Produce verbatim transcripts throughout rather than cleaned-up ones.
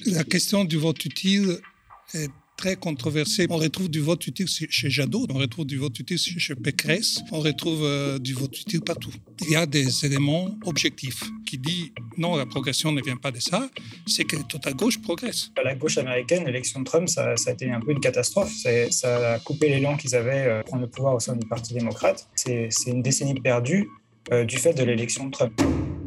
La question du vote utile est très controversée. On retrouve du vote utile chez Jadot, on retrouve du vote utile chez Pécresse, on retrouve euh, du vote utile partout. Il y a des éléments objectifs qui disent non, la progression ne vient pas de ça, c'est que toute la gauche progresse. À la gauche américaine, l'élection de Trump, ça, ça a été un peu une catastrophe. C'est, ça a coupé l'élan qu'ils avaient euh, prendre le pouvoir au sein du Parti démocrate. C'est, c'est une décennie perdue euh, du fait de l'élection de Trump.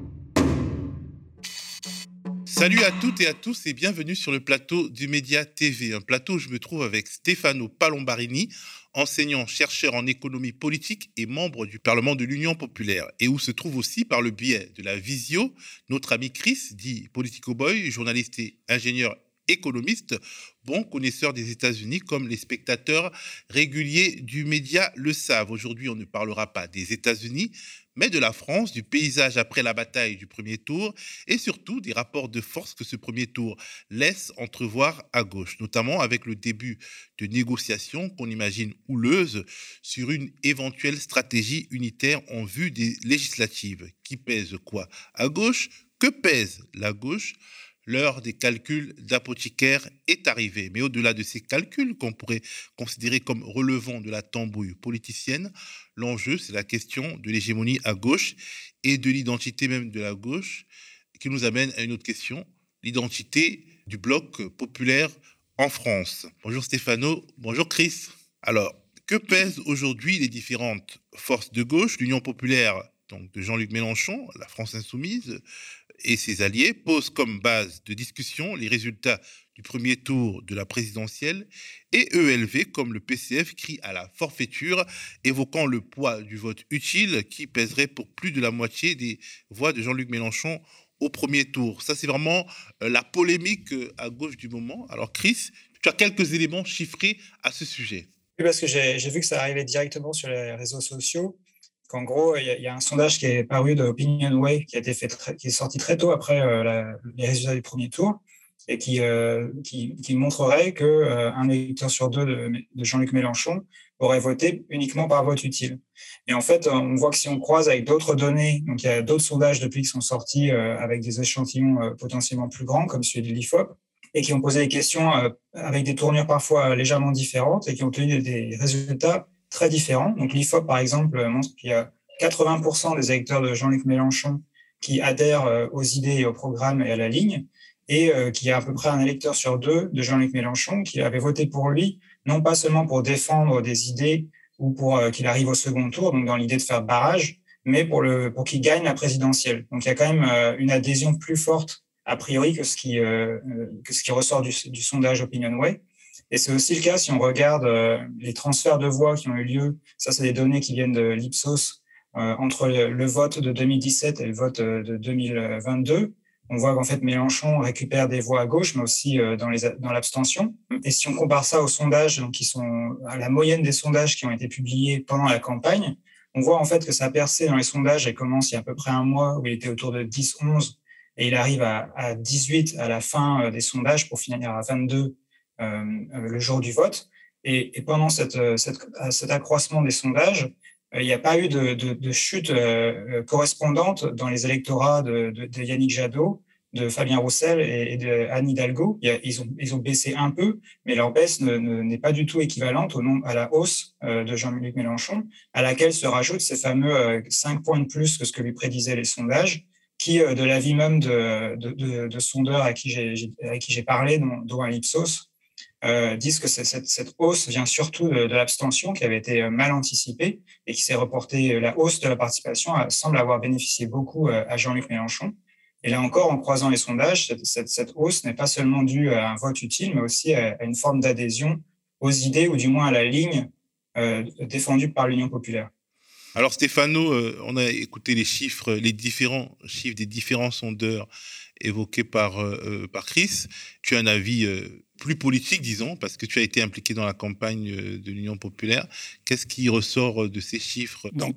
Salut à toutes et à tous et bienvenue sur le plateau du Média T V, un plateau où je me trouve avec Stefano Palombarini, enseignant-chercheur en économie politique et membre du Parlement de l'Union populaire, et où se trouve aussi par le biais de la visio notre ami Chris, dit Politico Boy, journaliste et ingénieur économiste, bon connaisseur des États-Unis comme les spectateurs réguliers du média le savent. Aujourd'hui, on ne parlera pas des États-Unis, mais de la France, du paysage après la bataille du premier tour et surtout des rapports de force que ce premier tour laisse entrevoir à gauche, notamment avec le début de négociations qu'on imagine houleuses sur une éventuelle stratégie unitaire en vue des législatives. Qui pèse quoi à gauche? Que pèse la gauche? L'heure des calculs d'apothicaire est arrivée. Mais au-delà de ces calculs qu'on pourrait considérer comme relevant de la tambouille politicienne, l'enjeu, c'est la question de l'hégémonie à gauche et de l'identité même de la gauche, qui nous amène à une autre question, l'identité du bloc populaire en France. Bonjour Stefano, bonjour Chris. Alors, que pèsent aujourd'hui les différentes forces de gauche? L'Union populaire, donc de Jean-Luc Mélenchon, la France insoumise, et ses alliés posent comme base de discussion les résultats du premier tour de la présidentielle et E L V comme le P C F crie à la forfaiture, évoquant le poids du vote utile qui pèserait pour plus de la moitié des voix de Jean-Luc Mélenchon au premier tour. Ça, c'est vraiment la polémique à gauche du moment. Alors Chris, tu as quelques éléments chiffrés à ce sujet. Oui, parce que j'ai, j'ai vu que ça arrivait directement sur les réseaux sociaux. Qu'en gros, il y, y a un sondage qui est paru de Opinionway qui a été fait très, qui est sorti très tôt après euh, la, les résultats du premier tour et qui euh, qui, qui montrerait que euh, un électeur sur deux de, de Jean-Luc Mélenchon aurait voté uniquement par vote utile. Et en fait, on voit que si on croise avec d'autres données, donc il y a d'autres sondages depuis qui sont sortis euh, avec des échantillons euh, potentiellement plus grands, comme celui de l'I F O P, et qui ont posé des questions euh, avec des tournures parfois légèrement différentes et qui ont obtenu des résultats très différents. Donc l'I F O P, par exemple, montre qu'il y a quatre-vingts pour cent des électeurs de Jean-Luc Mélenchon qui adhèrent aux idées et au programme et à la ligne, et qu'il y a à peu près un électeur sur deux de Jean-Luc Mélenchon qui avait voté pour lui, non pas seulement pour défendre des idées ou pour qu'il arrive au second tour, donc dans l'idée de faire barrage, mais pour, le, pour qu'il gagne la présidentielle. Donc il y a quand même une adhésion plus forte, a priori, que ce qui, que ce qui ressort du, du sondage Opinionway. Et c'est aussi le cas si on regarde euh, les transferts de voix qui ont eu lieu. Ça, c'est des données qui viennent de l'Ipsos euh, entre le, le vote de deux mille dix-sept et le vote de deux mille vingt-deux. On voit qu'en fait, Mélenchon récupère des voix à gauche, mais aussi euh, dans, les, dans l'abstention. Et si on compare ça aux sondages, donc, qui sont à la moyenne des sondages qui ont été publiés pendant la campagne, on voit en fait que ça a percé dans les sondages. Il commence il y a à peu près un mois où il était autour de dix onze et il arrive à, à dix-huit à la fin des sondages pour finir à vingt-deux Euh, le jour du vote. Et, et pendant cette, cette, cet accroissement des sondages, euh, il n'y a pas eu de, de, de chute euh, correspondante dans les électorats de, de, de Yannick Jadot, de Fabien Roussel et, et de Anne Hidalgo. Il y a, ils, ont, ils ont baissé un peu, mais leur baisse ne, ne, n'est pas du tout équivalente au nombre, à la hausse euh, de Jean-Luc Mélenchon, à laquelle se rajoutent ces fameux euh, cinq points de plus que ce que lui prédisaient les sondages, qui, euh, de l'avis même de, de, de, de sondeurs à qui j'ai, à qui j'ai parlé, dont, dont un Ipsos, Euh, disent que cette, cette hausse vient surtout de, de l'abstention qui avait été mal anticipée et qui s'est reportée. La hausse de la participation semble avoir bénéficié beaucoup à Jean-Luc Mélenchon. Et là encore, en croisant les sondages, cette, cette, cette hausse n'est pas seulement due à un vote utile, mais aussi à, à une forme d'adhésion aux idées ou du moins à la ligne euh, défendue par l'Union populaire. Alors Stefano, euh, on a écouté les chiffres, les différents chiffres des différents sondeurs évoqués par, euh, par Chris. Tu as un avis euh, plus politique, disons, parce que tu as été impliqué dans la campagne de l'Union populaire. Qu'est-ce qui ressort de ces chiffres? Donc,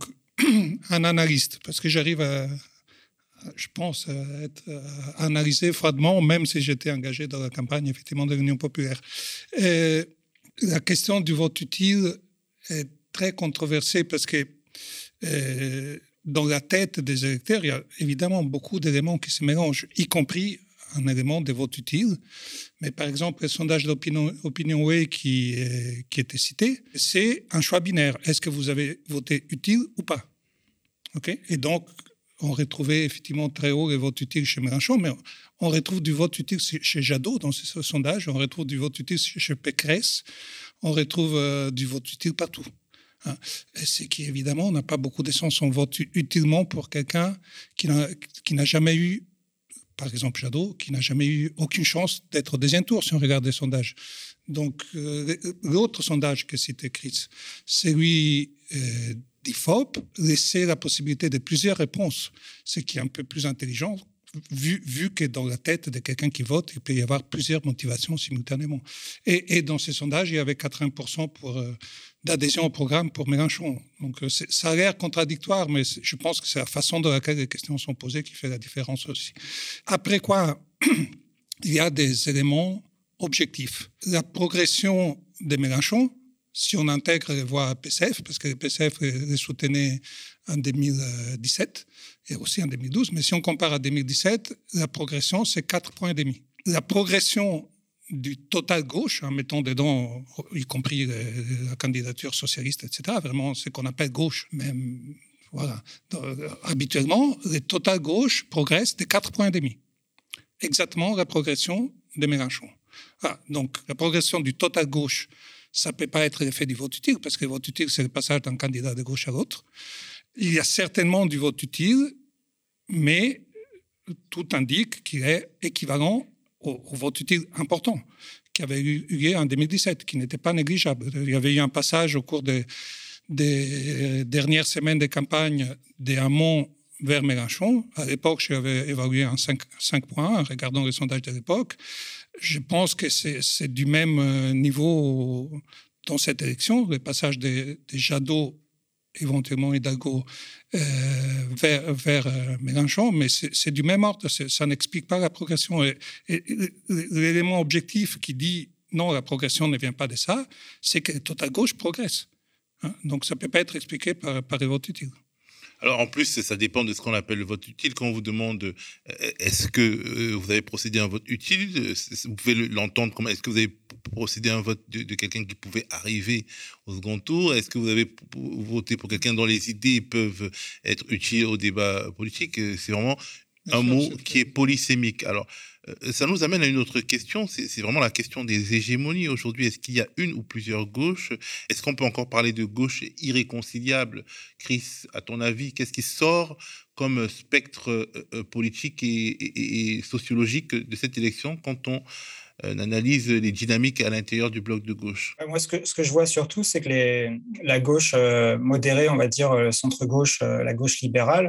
un analyste, parce que j'arrive à, je pense, à, être, à analyser froidement, même si j'étais engagé dans la campagne, effectivement, de l'Union populaire. Et la question du vote utile est très controversée parce que euh, dans la tête des électeurs, il y a évidemment beaucoup d'éléments qui se mélangent, y compris un élément de vote utile. Mais par exemple, le sondage d'Opinion Opinionway qui, euh, qui était cité, c'est un choix binaire. Est-ce que vous avez voté utile ou pas? Okay? Et donc, on retrouvait effectivement très haut les votes utiles chez Mélenchon, mais on retrouve du vote utile chez Jadot dans ce sondage, on retrouve du vote utile chez Pécresse, on retrouve euh, du vote utile partout. Hein. Et c'est qu'évidemment, on n'a pas beaucoup de sens. On vote utilement pour quelqu'un qui n'a, qui n'a jamais eu, par exemple Jadot, qui n'a jamais eu aucune chance d'être au deuxième tour, si on regarde les sondages. Donc, euh, l'autre sondage que citait Chris, c'est lui... Euh, d'I F O P, laisser la possibilité de plusieurs réponses, ce qui est un peu plus intelligent, vu, vu que dans la tête de quelqu'un qui vote, il peut y avoir plusieurs motivations simultanément. Et, et dans ces sondages, il y avait quatre-vingts pour cent pour, euh, d'adhésion au programme pour Mélenchon. Donc ça a l'air contradictoire, mais je pense que c'est la façon dans laquelle les questions sont posées qui fait la différence aussi. Après quoi, il y a des éléments objectifs. La progression de Mélenchon, si on intègre les voix P C F, parce que le P C F les soutenait en deux mille dix-sept et aussi en deux mille douze, mais si on compare à deux mille dix-sept, la progression, c'est quatre points et demi. La progression du total gauche, en mettant dedans, y compris la candidature socialiste, et cetera, vraiment ce qu'on appelle gauche, même, voilà. Donc, habituellement, le total gauche progresse de quatre points et demi. Exactement la progression de Mélenchon. Voilà. Donc, la progression du total gauche, ça ne peut pas être l'effet du vote utile, parce que le vote utile, c'est le passage d'un candidat de gauche à l'autre. Il y a certainement du vote utile, mais tout indique qu'il est équivalent au, au vote utile important, qui avait eu lieu en deux mille dix-sept, qui n'était pas négligeable. Il y avait eu un passage au cours des, des dernières semaines de campagne des Hamon vers Mélenchon. À l'époque, je l'avais évalué en cinq points, en regardant les sondages de l'époque. Je pense que c'est, c'est du même niveau dans cette élection, le passage de, de Jadot, éventuellement Hidalgo, euh, vers, vers euh, Mélenchon, mais c'est, c'est du même ordre, c'est, ça n'explique pas la progression. Et, et, et l'élément objectif qui dit non, la progression ne vient pas de ça, c'est que le total gauche progresse. Hein? Donc ça ne peut pas être expliqué par, par les votes utiles. Alors, en plus, ça dépend de ce qu'on appelle le vote utile. Quand on vous demande est-ce que vous avez procédé à un vote utile, vous pouvez l'entendre comment? Est-ce que vous avez procédé à un vote de, de quelqu'un qui pouvait arriver au second tour? Est-ce que vous avez voté pour quelqu'un dont les idées peuvent être utiles au débat politique? C'est vraiment un mot qui est polysémique. Alors, ça nous amène à une autre question, c'est, c'est vraiment la question des hégémonies aujourd'hui. Est-ce qu'il y a une ou plusieurs gauches? Est-ce qu'on peut encore parler de gauche irréconciliable? Chris, à ton avis, qu'est-ce qui sort comme spectre euh, politique et, et, et sociologique de cette élection quand on euh, analyse les dynamiques à l'intérieur du bloc de gauche? Moi, ce que, ce que je vois surtout, c'est que les, la gauche euh, modérée, on va dire le centre-gauche, euh, la gauche libérale,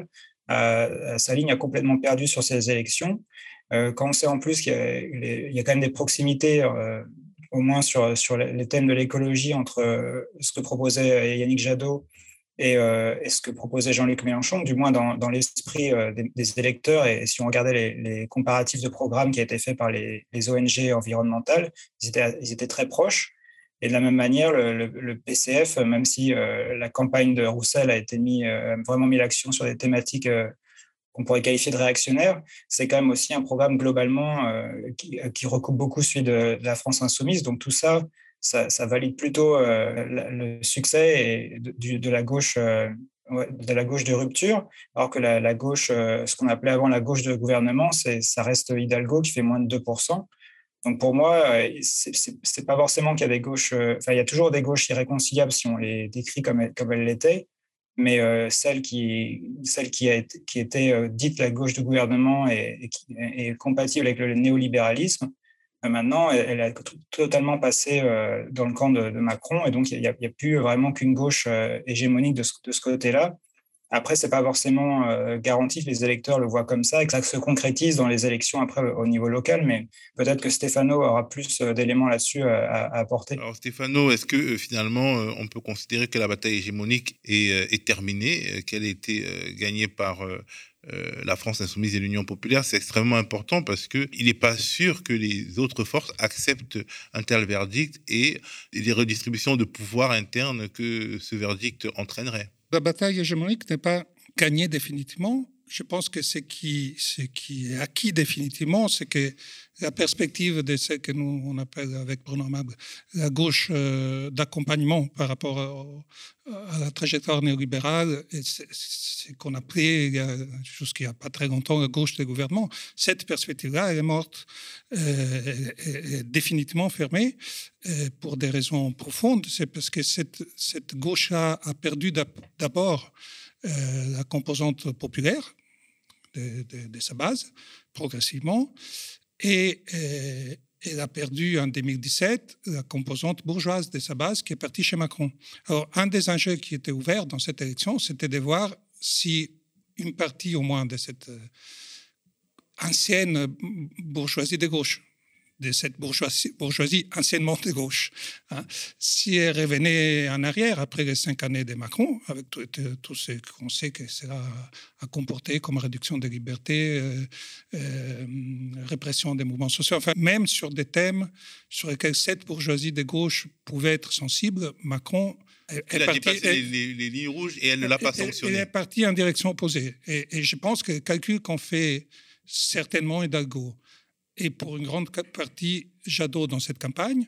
euh, sa ligne a complètement perdu sur ces élections. Euh, quand on sait en plus qu'il y a, il y a quand même des proximités, euh, au moins sur, sur les thèmes de l'écologie, entre euh, ce que proposait Yannick Jadot et, euh, et ce que proposait Jean-Luc Mélenchon, du moins dans, dans l'esprit euh, des, des électeurs. Et si on regardait les, les comparatifs de programmes qui a été faits par les, les O N G environnementales, ils étaient, ils étaient très proches. Et de la même manière, le, le, le P C F, même si euh, la campagne de Roussel a été mis, euh, vraiment mis l'accent sur des thématiques euh, qu'on pourrait qualifier de réactionnaires, c'est quand même aussi un programme globalement euh, qui, qui recoupe beaucoup celui de, de la France insoumise. Donc tout ça, ça, ça valide plutôt euh, le succès et de, de, de la gauche, euh, de la gauche de rupture, alors que la, la gauche, euh, ce qu'on appelait avant la gauche de gouvernement, c'est, ça reste Hidalgo qui fait moins de deux pour cent. Donc pour moi, c'est, c'est, c'est pas forcément qu'il y a des gauches, enfin il y a toujours des gauches irréconciliables si on les décrit comme, comme elles l'étaient, mais euh, celle qui, celle qui, a été, qui était euh, dite la gauche du gouvernement et, et qui est compatible avec le néolibéralisme, euh, maintenant, elle, elle a t- totalement passé euh, dans le camp de, de Macron, et donc il n'y a, a plus vraiment qu'une gauche euh, hégémonique de ce, de ce côté-là. Après, c'est pas forcément euh, garanti que les électeurs le voient comme ça et que ça se concrétise dans les élections après au niveau local, mais peut-être que Stéphano aura plus euh, d'éléments là-dessus euh, à, à apporter. Alors Stéphano, est-ce que euh, finalement euh, on peut considérer que la bataille hégémonique est, euh, est terminée, euh, qu'elle a été euh, gagnée par euh, euh, la France insoumise et l'Union populaire? C'est extrêmement important parce qu'il n'est pas sûr que les autres forces acceptent un tel verdict et les redistributions de pouvoir interne que ce verdict entraînerait. La bataille hégémonique n'est pas gagnée définitivement, je pense que ce qui, ce qui est acquis définitivement, c'est que la perspective de ce que nous on appelle avec Bruno Mable la gauche euh, d'accompagnement par rapport à, à la trajectoire néolibérale, et c'est, c'est qu'on appelait, il y a, jusqu'il n'y a pas très longtemps, la gauche des gouvernements. Cette perspective-là, elle est morte, euh, est, est définitivement fermée euh, pour des raisons profondes. C'est parce que cette, cette gauche-là a perdu d'abord euh, la composante populaire de, de, de sa base, progressivement. Et euh, elle a perdu en deux mille dix-sept la composante bourgeoise de sa base qui est partie chez Macron. Alors, un des enjeux qui était ouvert dans cette élection, c'était de voir si une partie au moins de cette euh, ancienne bourgeoisie de gauche, de cette bourgeoisie, bourgeoisie anciennement de gauche. Hein. Si elle revenait en arrière après les cinq années de Macron, avec tout, tout ce qu'on sait que cela a comporté comme réduction des libertés, euh, euh, répression des mouvements sociaux, enfin, même sur des thèmes sur lesquels cette bourgeoisie de gauche pouvait être sensible, Macron elle, elle a partie, dépassé elle, les, les, les lignes rouges et elle ne l'a pas sanctionné. Elle est partie en direction opposée. Et, et je pense que le calcul qu'on fait certainement Hidalgo, et pour une grande partie, Jadot dans cette campagne,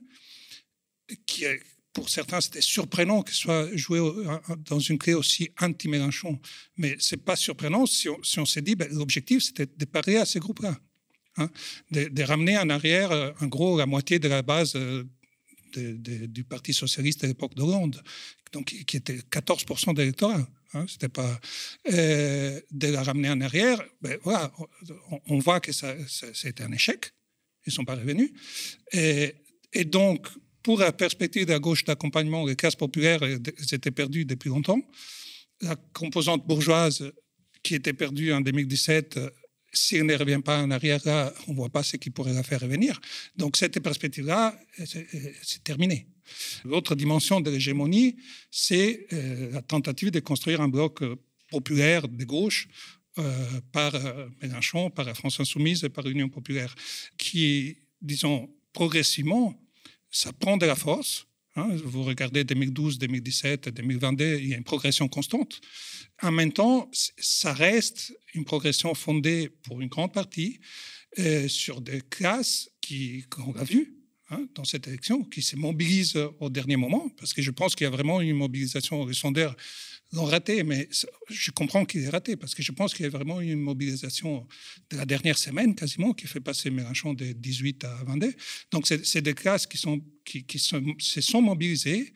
qui est, pour certains, c'était surprenant qu'il soit joué dans une clé aussi anti-Mélenchon. Mais ce n'est pas surprenant si on, si on s'est dit ben, l'objectif, c'était de parler à ces groupes-là, hein, de, de ramener en arrière, en gros, la moitié de la base de, de, du Parti socialiste à l'époque d'Hollande, donc, qui était quatorze pour cent d'électorat. Hein, c'était pas euh, de la ramener en arrière. Ben, voilà, on, on voit que ça, ça, c'était un échec. Ils ne sont pas revenus. Et, et donc, pour la perspective de la gauche d'accompagnement, les classes populaires étaient perdues depuis longtemps. La composante bourgeoise qui était perdue en deux mille dix-sept, si elle ne revient pas en arrière, là, on ne voit pas ce qui pourrait la faire revenir. Donc, cette perspective-là, c'est, c'est terminé. L'autre dimension de l'hégémonie, c'est euh, la tentative de construire un bloc euh, populaire de gauche euh, par euh, Mélenchon, par la France Insoumise et par l'Union populaire, qui, disons, progressivement, ça prend de la force. Hein. Vous regardez deux mille douze, deux mille dix-sept, deux mille vingt-deux, il y a une progression constante. En même temps, ça reste une progression fondée, pour une grande partie, euh, sur des classes qui, qu'on a vues, Hein, dans cette élection, qui se mobilise au dernier moment, parce que je pense qu'il y a vraiment une mobilisation. Les sondeurs l'ont raté, mais je comprends qu'il est raté, parce que je pense qu'il y a vraiment une mobilisation de la dernière semaine, quasiment, qui fait passer Mélenchon de dix-huit à vingt-deux. Donc, c'est, c'est des classes qui, sont, qui, qui sont, se sont mobilisées,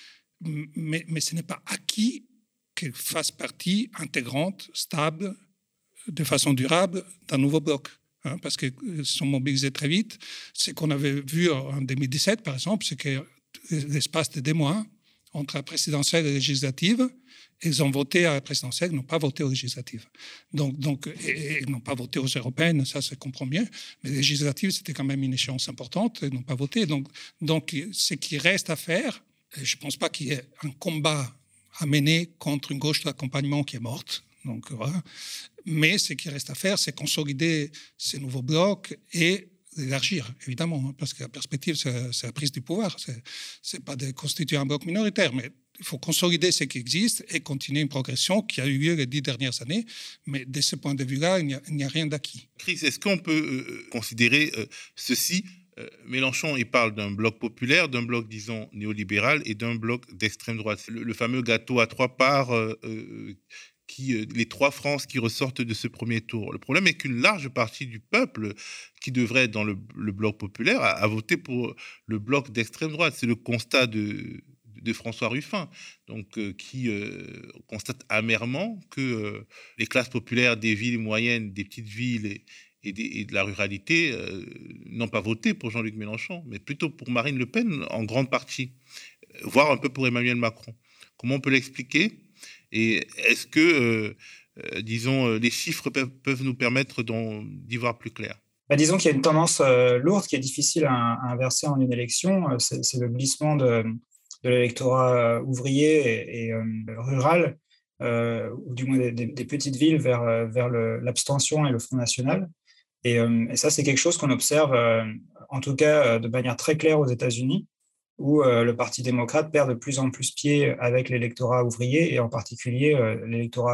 mais, mais ce n'est pas acquis qu'elles fassent partie intégrante, stable, de façon durable, d'un nouveau bloc. Hein, parce qu'ils sont mobilisés très vite. Ce qu'on avait vu en deux mille dix-sept, par exemple, c'est que l'espace de deux mois entre la présidentielle et la législative, ils ont voté à la présidentielle, ils n'ont pas voté aux législatives. Donc, donc, et, et ils n'ont pas voté aux européennes, ça se comprend bien, mais les législatives, c'était quand même une échéance importante, ils n'ont pas voté. Donc, donc ce qui reste à faire, je ne pense pas qu'il y ait un combat à mener contre une gauche d'accompagnement qui est morte. Donc, voilà. Mais ce qui reste à faire, c'est consolider ces nouveaux blocs et l'élargir, évidemment, parce que la perspective, c'est, c'est la prise du pouvoir. Ce n'est pas de constituer un bloc minoritaire, mais il faut consolider ce qui existe et continuer une progression qui a eu lieu les dix dernières années. Mais de ce point de vue-là, il n'y a, il n'y a rien d'acquis. Chris, est-ce qu'on peut euh, considérer euh, ceci euh, Mélenchon, il parle d'un bloc populaire, d'un bloc, disons, néolibéral et d'un bloc d'extrême droite. Le, le fameux gâteau à trois parts... Euh, euh, Qui, les trois France qui ressortent de ce premier tour. Le problème est qu'une large partie du peuple qui devrait être dans le, le bloc populaire a, a voté pour le bloc d'extrême droite. C'est le constat de, de François Ruffin, donc, euh, qui euh, constate amèrement que euh, les classes populaires des villes moyennes, des petites villes et, et, des, et de la ruralité euh, n'ont pas voté pour Jean-Luc Mélenchon, mais plutôt pour Marine Le Pen en grande partie, voire un peu pour Emmanuel Macron. Comment on peut l'expliquer ? Et est-ce que, euh, euh, disons, les chiffres peuvent, peuvent nous permettre d'y voir plus clair ? Bah, disons qu'il y a une tendance euh, lourde qui est difficile à, à inverser en une élection. C'est, c'est le glissement de, de l'électorat ouvrier et, et euh, rural, euh, ou du moins des, des, des petites villes, vers, vers le, l'abstention et le Front National. Et, euh, et ça, c'est quelque chose qu'on observe, euh, en tout cas de manière très claire aux États-Unis, où euh, le Parti démocrate perd de plus en plus pied avec l'électorat ouvrier et en particulier euh, l'électorat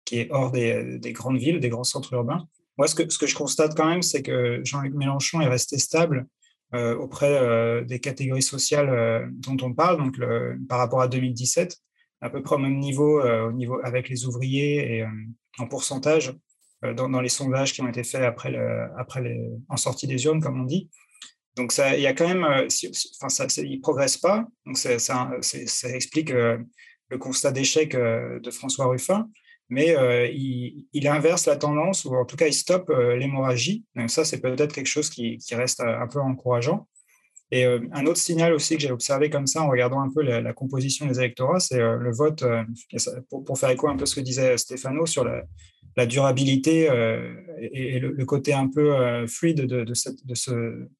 qui est hors des, des grandes villes, des grands centres urbains. Moi, ce que, ce que je constate quand même, c'est que Jean-Luc Mélenchon est resté stable euh, auprès euh, des catégories sociales euh, dont on parle, donc le, par rapport à deux mille dix-sept, à peu près au même niveau, euh, au niveau avec les ouvriers et euh, en pourcentage euh, dans, dans les sondages qui ont été faits après, le, après les, en sortie des urnes, comme on dit. Donc, ça, il y a quand même, euh, si, si, enfin, ça, il ne progresse pas. Donc, c'est, ça, c'est, ça explique euh, le constat d'échec euh, de François Ruffin. Mais euh, il, il inverse la tendance, ou en tout cas, il stoppe euh, l'hémorragie. Donc, ça, c'est peut-être quelque chose qui, qui reste un peu encourageant. Et euh, un autre signal aussi que j'ai observé comme ça, en regardant un peu la, la composition des électorats, c'est euh, le vote, euh, pour, pour faire écho un peu à ce que disait Stéphano sur la, la durabilité euh, et, et le, le côté un peu euh, fluide de, de, cette, de ce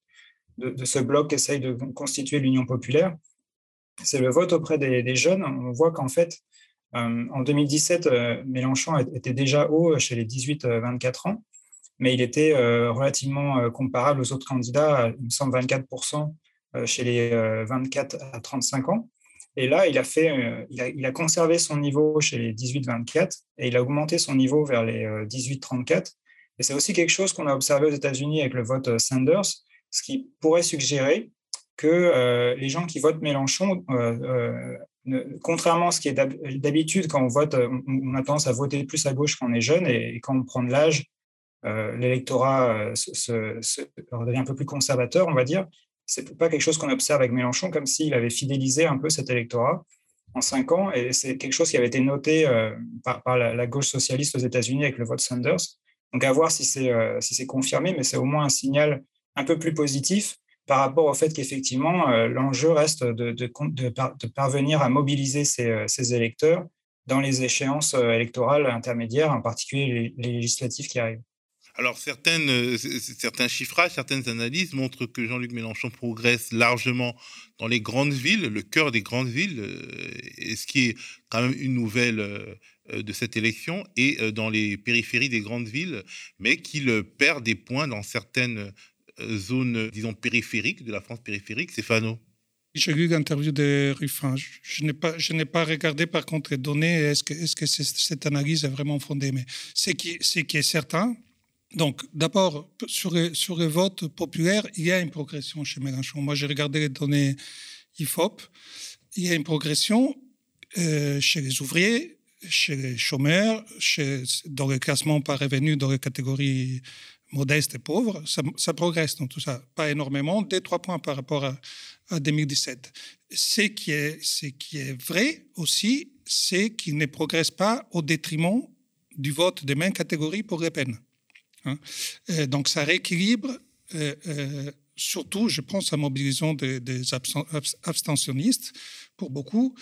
De, de ce bloc qui essaye de constituer l'Union populaire, c'est le vote auprès des, des jeunes. On voit qu'en fait, euh, en deux mille dix-sept, euh, Mélenchon était déjà haut chez les dix-huit à vingt-quatre ans, mais il était euh, relativement euh, comparable aux autres candidats, il me semble vingt-quatre pour cent chez les euh, vingt-quatre à trente-cinq ans. Et là, il a, fait, euh, il, a, il a conservé son niveau chez les dix-huit vingt-quatre et il a augmenté son niveau vers les euh, dix-huit trente-quatre. Et c'est aussi quelque chose qu'on a observé aux États-Unis avec le vote Sanders, ce qui pourrait suggérer que euh, les gens qui votent Mélenchon, euh, euh, ne, contrairement à ce qui est d'habitude, quand on vote, on, on a tendance à voter plus à gauche quand on est jeune, et, et quand on prend de l'âge, euh, l'électorat euh, se, se, se devient un peu plus conservateur, on va dire. C'est pas quelque chose qu'on observe avec Mélenchon, comme s'il avait fidélisé un peu cet électorat en cinq ans, et c'est quelque chose qui avait été noté euh, par, par la, la gauche socialiste aux États-Unis avec le vote Sanders. Donc à voir si c'est euh, si c'est confirmé, mais c'est au moins un signal un peu plus positif par rapport au fait qu'effectivement, euh, l'enjeu reste de, de, de, de parvenir à mobiliser ces, ces électeurs dans les échéances électorales intermédiaires, en particulier les, les législatives qui arrivent. Alors, certaines, euh, certains chiffrages, certaines analyses montrent que Jean-Luc Mélenchon progresse largement dans les grandes villes, le cœur des grandes villes, euh, et ce qui est quand même une nouvelle euh, de cette élection, et euh, dans les périphéries des grandes villes, mais qu'il perd des points dans certaines zones, disons, périphériques, de la France périphérique. Stéphano? J'ai lu l'interview de Ruffin. Je, je n'ai pas, je n'ai pas regardé par contre les données. Est-ce que, est-ce que c'est, cette analyse est vraiment fondée? Mais ce qui, ce qui est certain, donc d'abord, sur le, sur le vote populaire, il y a une progression chez Mélenchon. Moi, j'ai regardé les données I F O P. Il y a une progression euh, chez les ouvriers, chez les chômeurs, chez, dans le classement par revenu, dans les catégories modestes et pauvres, ça, ça progresse dans tout ça. Pas énormément, deux, trois points par rapport à, à deux mille dix-sept. Ce qui est, ce qui est vrai aussi, c'est qu'il ne progresse pas au détriment du vote des mêmes catégories pour Le Pen. Hein? Et donc ça rééquilibre, euh, euh, surtout, je pense, en mobilisant des, des abstentionnistes, pour beaucoup.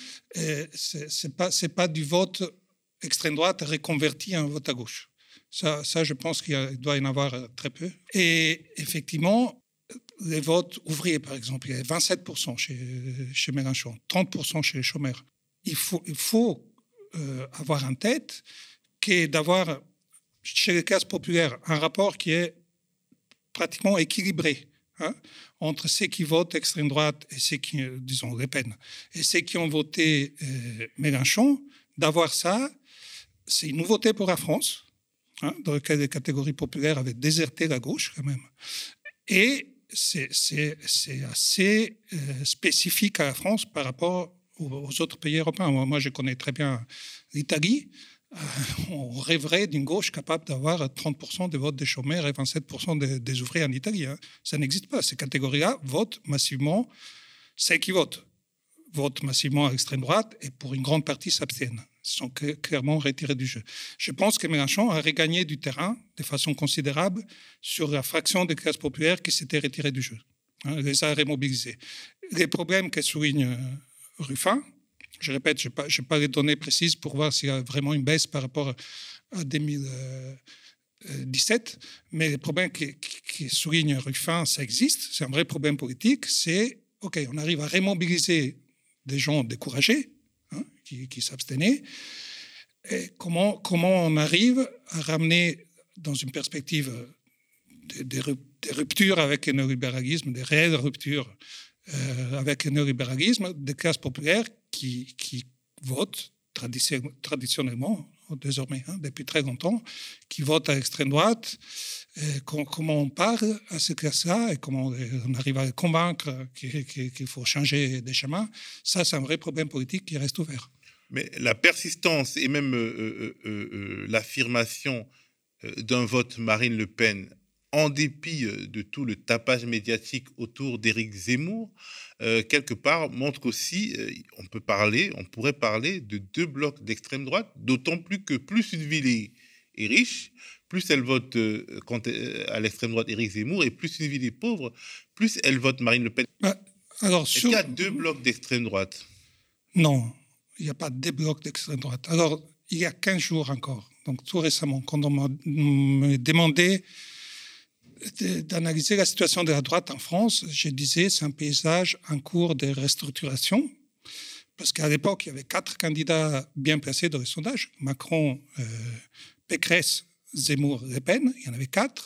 Ce n'est pas, c'est pas du vote extrême droite reconverti en vote à gauche. Ça, ça, je pense qu'il doit y en avoir très peu. Et effectivement, les votes ouvriers, par exemple, il y a vingt-sept pour cent chez, chez Mélenchon, trente pour cent chez les chômeurs. Il faut, il faut euh, avoir en tête que d'avoir, chez les classes populaires, un rapport qui est pratiquement équilibré hein, entre ceux qui votent extrême droite et ceux qui, disons, Le Pen, et ceux qui ont voté euh, Mélenchon, d'avoir ça, c'est une nouveauté pour la France. Hein, dans lequel les catégories populaires avaient déserté la gauche quand même. Et c'est, c'est, c'est assez euh, spécifique à la France par rapport aux, aux autres pays européens. Moi, moi, je connais très bien l'Italie. Euh, on rêverait d'une gauche capable d'avoir trente pour cent des votes des chômeurs et vingt-sept pour cent des, des ouvriers en Italie. Hein. Ça n'existe pas. Ces catégories-là votent massivement. Ceux qui votent votent massivement à l'extrême droite et pour une grande partie s'abstiennent. Sont clairement retirés du jeu. Je pense que Mélenchon a regagné du terrain de façon considérable sur la fraction des classes populaires qui s'étaient retirées du jeu. Hein, les a remobilisés. Les problèmes que souligne Ruffin, je répète, je n'ai pas, pas les données précises pour voir s'il y a vraiment une baisse par rapport à deux mille dix-sept, mais les problèmes qui, qui souligne Ruffin, ça existe, c'est un vrai problème politique, c'est, OK, on arrive à remobiliser des gens découragés, Hein, qui, qui s'abstenaient. Et comment, comment on arrive à ramener dans une perspective des, des, des ruptures avec le néolibéralisme, des réelles ruptures euh, avec le néolibéralisme, des classes populaires qui, qui votent traditionnellement désormais, hein, depuis très longtemps, qui votent à l'extrême droite. Et comment on parle à ces classes-là et comment on arrive à les convaincre qu'il faut changer des chemins, ça, c'est un vrai problème politique qui reste ouvert. Mais la persistance et même euh, euh, euh, l'affirmation d'un vote Marine Le Pen, en dépit de tout le tapage médiatique autour d'Éric Zemmour, euh, quelque part montre aussi, euh, on peut parler, on pourrait parler de deux blocs d'extrême droite, d'autant plus que plus une ville est, est riche, plus elle vote euh, quand, euh, à l'extrême droite Éric Zemmour, et plus une ville est pauvre, plus elle vote Marine Le Pen. Bah, alors, Est-ce sur... qu'il y a deux blocs d'extrême droite? Non, il n'y a pas deux blocs d'extrême droite. Alors, il y a quinze jours encore, donc tout récemment, quand on m'a demandé d'analyser la situation de la droite en France, je disais c'est un paysage en cours de restructuration, parce qu'à l'époque, il y avait quatre candidats bien placés dans les sondages, Macron, euh, Pécresse, Zemmour, Le Pen, il y en avait quatre.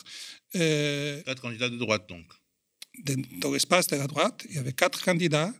Euh, quatre candidats de droite, donc. De, dans l'espace de la droite, il y avait quatre candidats.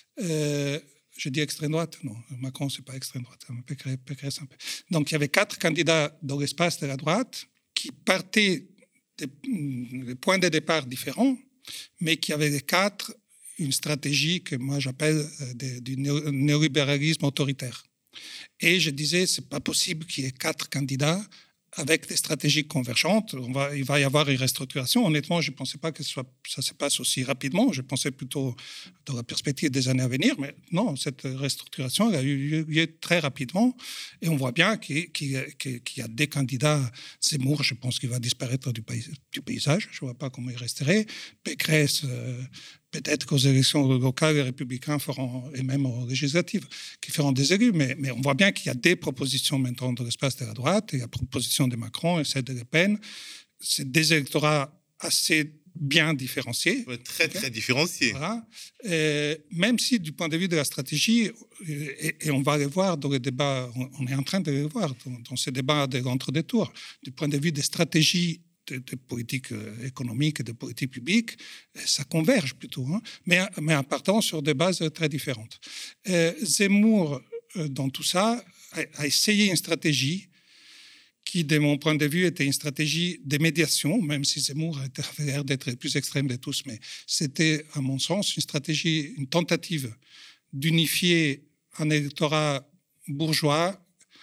Euh, je dis extrême droite, non, Macron, ce n'est pas extrême droite, Pécresse, Pécresse un peu. Donc, il y avait quatre candidats dans l'espace de la droite qui partaient des, des points de départ différents, mais qui avaient les quatre une stratégie que moi j'appelle euh, de, du néolibéralisme autoritaire. Et je disais, ce n'est pas possible qu'il y ait quatre candidats avec des stratégies convergentes. On va, il va y avoir une restructuration. Honnêtement, je ne pensais pas que ce soit, ça se passe aussi rapidement. Je pensais plutôt dans la perspective des années à venir. Mais non, cette restructuration elle a eu lieu très rapidement. Et on voit bien qu'il, qu'il, qu'il y a des candidats. Zemmour, je pense qu'il va disparaître du, pays, du paysage. Je ne vois pas comment il resterait. Pécresse... Euh, Peut-être qu'aux élections locales, les Républicains feront, et même aux législatives, qui feront des élus. Mais, mais on voit bien qu'il y a des propositions maintenant dans l'espace de la droite. Il y a la proposition de Macron et celle de Le Pen. C'est des électorats assez bien différenciés. Ouais, très, okay. très différenciés. Voilà. Et même si, du point de vue de la stratégie, et, et on va les voir dans les débats, on est en train de les voir dans, dans ces débats de l'entre-deux tours, du point de vue des stratégies de, de politique économique et de politique publique, ça converge plutôt, hein, mais, mais en partant sur des bases très différentes. Euh, Zemmour, dans tout ça, a, a essayé une stratégie qui, de mon point de vue, était une stratégie de médiation, même si Zemmour avait l'air d'être le plus extrême de tous, mais c'était, à mon sens, une stratégie, une tentative d'unifier un électorat bourgeois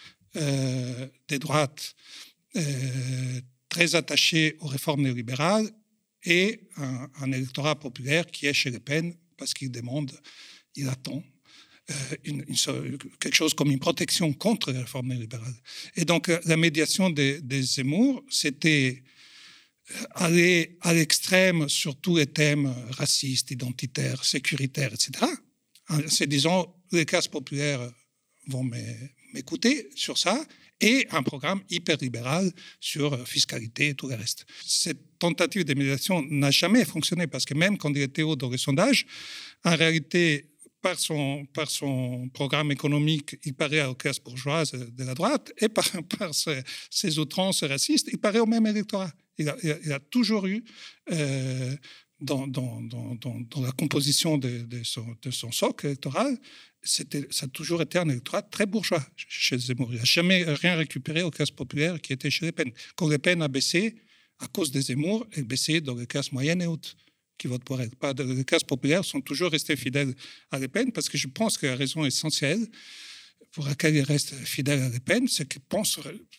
euh, des droites, euh, très attaché aux réformes néolibérales, et un, un électorat populaire qui est chez Le Pen parce qu'il demande, il attend euh, une, une, quelque chose comme une protection contre les réformes néolibérales. Et donc la médiation des de Zemmour, c'était aller à l'extrême sur tous les thèmes racistes, identitaires, sécuritaires, et cetera. En se disant, les classes populaires vont m'écouter sur ça, et un programme hyper libéral sur fiscalité et tout le reste. Cette tentative de médiation n'a jamais fonctionné parce que même quand il était haut dans les sondages, en réalité, par son, par son programme économique, il paraît aux classes bourgeoises de la droite et par, par ses, ses outrances racistes, il paraît au même électorat. Il a, il a, il a toujours eu, euh, dans, dans, dans, dans la composition de, de, son, de son socle électoral, C'était, ça a toujours été un électorat très bourgeois chez Zemmour. Il n'a jamais rien récupéré aux classes populaires qui étaient chez Le Pen. Quand Le Pen a baissé, à cause de Zemmour, elle a baissé dans les classes moyennes et hautes qui votent pour elle. Les classes populaires sont toujours restées fidèles à Le Pen parce que je pense que la raison essentielle pour laquelle ils restent fidèles à Le Pen, c'est qu'ils pensent,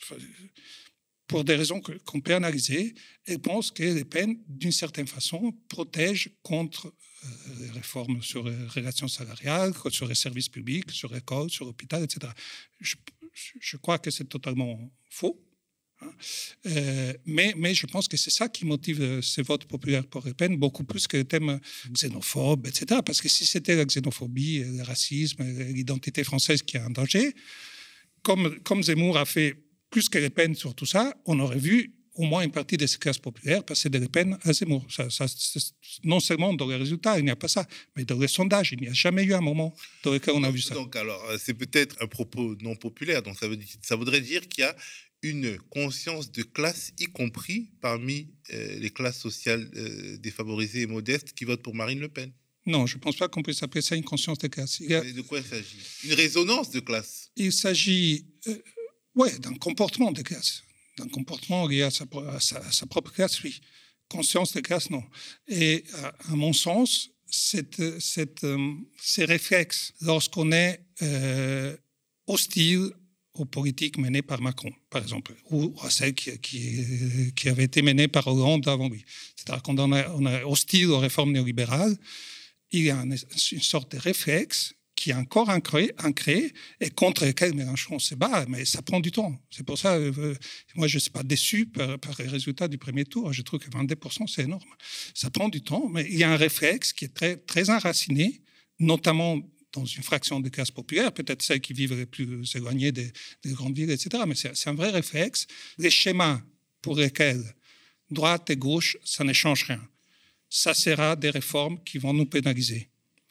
pour des raisons qu'on peut analyser, elles pensent que Le Pen, d'une certaine façon, protège contre les réformes sur les relations salariales, sur les services publics, sur l'école, sur l'hôpital, et cetera. Je, je crois que c'est totalement faux. Hein. Euh, mais, mais je pense que c'est ça qui motive ces votes populaires pour Le Pen, beaucoup plus que les thèmes xénophobes, et cetera. Parce que si c'était la xénophobie, le racisme, l'identité française qui est en danger, comme, comme Zemmour a fait plus que Le Pen sur tout ça, on aurait vu au moins une partie de ces classes populaires passer de Le Pen à Zemmour. Ça, ça, non seulement dans les résultats, il n'y a pas ça, mais dans les sondages, il n'y a jamais eu un moment dans lequel on a donc, vu ça. Donc, alors, c'est peut-être un propos non populaire. Donc, ça, veut, ça voudrait dire qu'il y a une conscience de classe, y compris parmi euh, les classes sociales euh, défavorisées et modestes qui votent pour Marine Le Pen. Non, je ne pense pas qu'on puisse appeler ça une conscience de classe. Il y a, mais de quoi il s'agit? Une résonance de classe? Il s'agit... Euh, Oui, dans le comportement de classe. Dans le comportement lié à sa, à sa, à sa propre classe, oui. Conscience de classe, non. Et à, à mon sens, cette, cette, euh, ces réflexes, lorsqu'on est euh, hostile aux politiques menées par Macron, par exemple, ou à celles qui, qui, qui avaient été menées par Hollande avant lui. C'est-à-dire qu'on est, on est hostile aux réformes néolibérales, il y a une, une sorte de réflexe qui est encore ancré, ancré et contre lequel Mélenchon se bat, mais ça prend du temps. C'est pour ça, euh, moi, je ne suis pas déçu par, par les résultats du premier tour. Je trouve que vingt-deux pour cent, c'est énorme. Ça prend du temps, mais il y a un réflexe qui est très, très enraciné, notamment dans une fraction des classes populaires, peut-être celles qui vivent les plus éloignées des, des grandes villes, et cetera. Mais c'est, c'est un vrai réflexe. Les schémas pour lesquels droite et gauche, ça ne change rien. Ça sera des réformes qui vont nous pénaliser.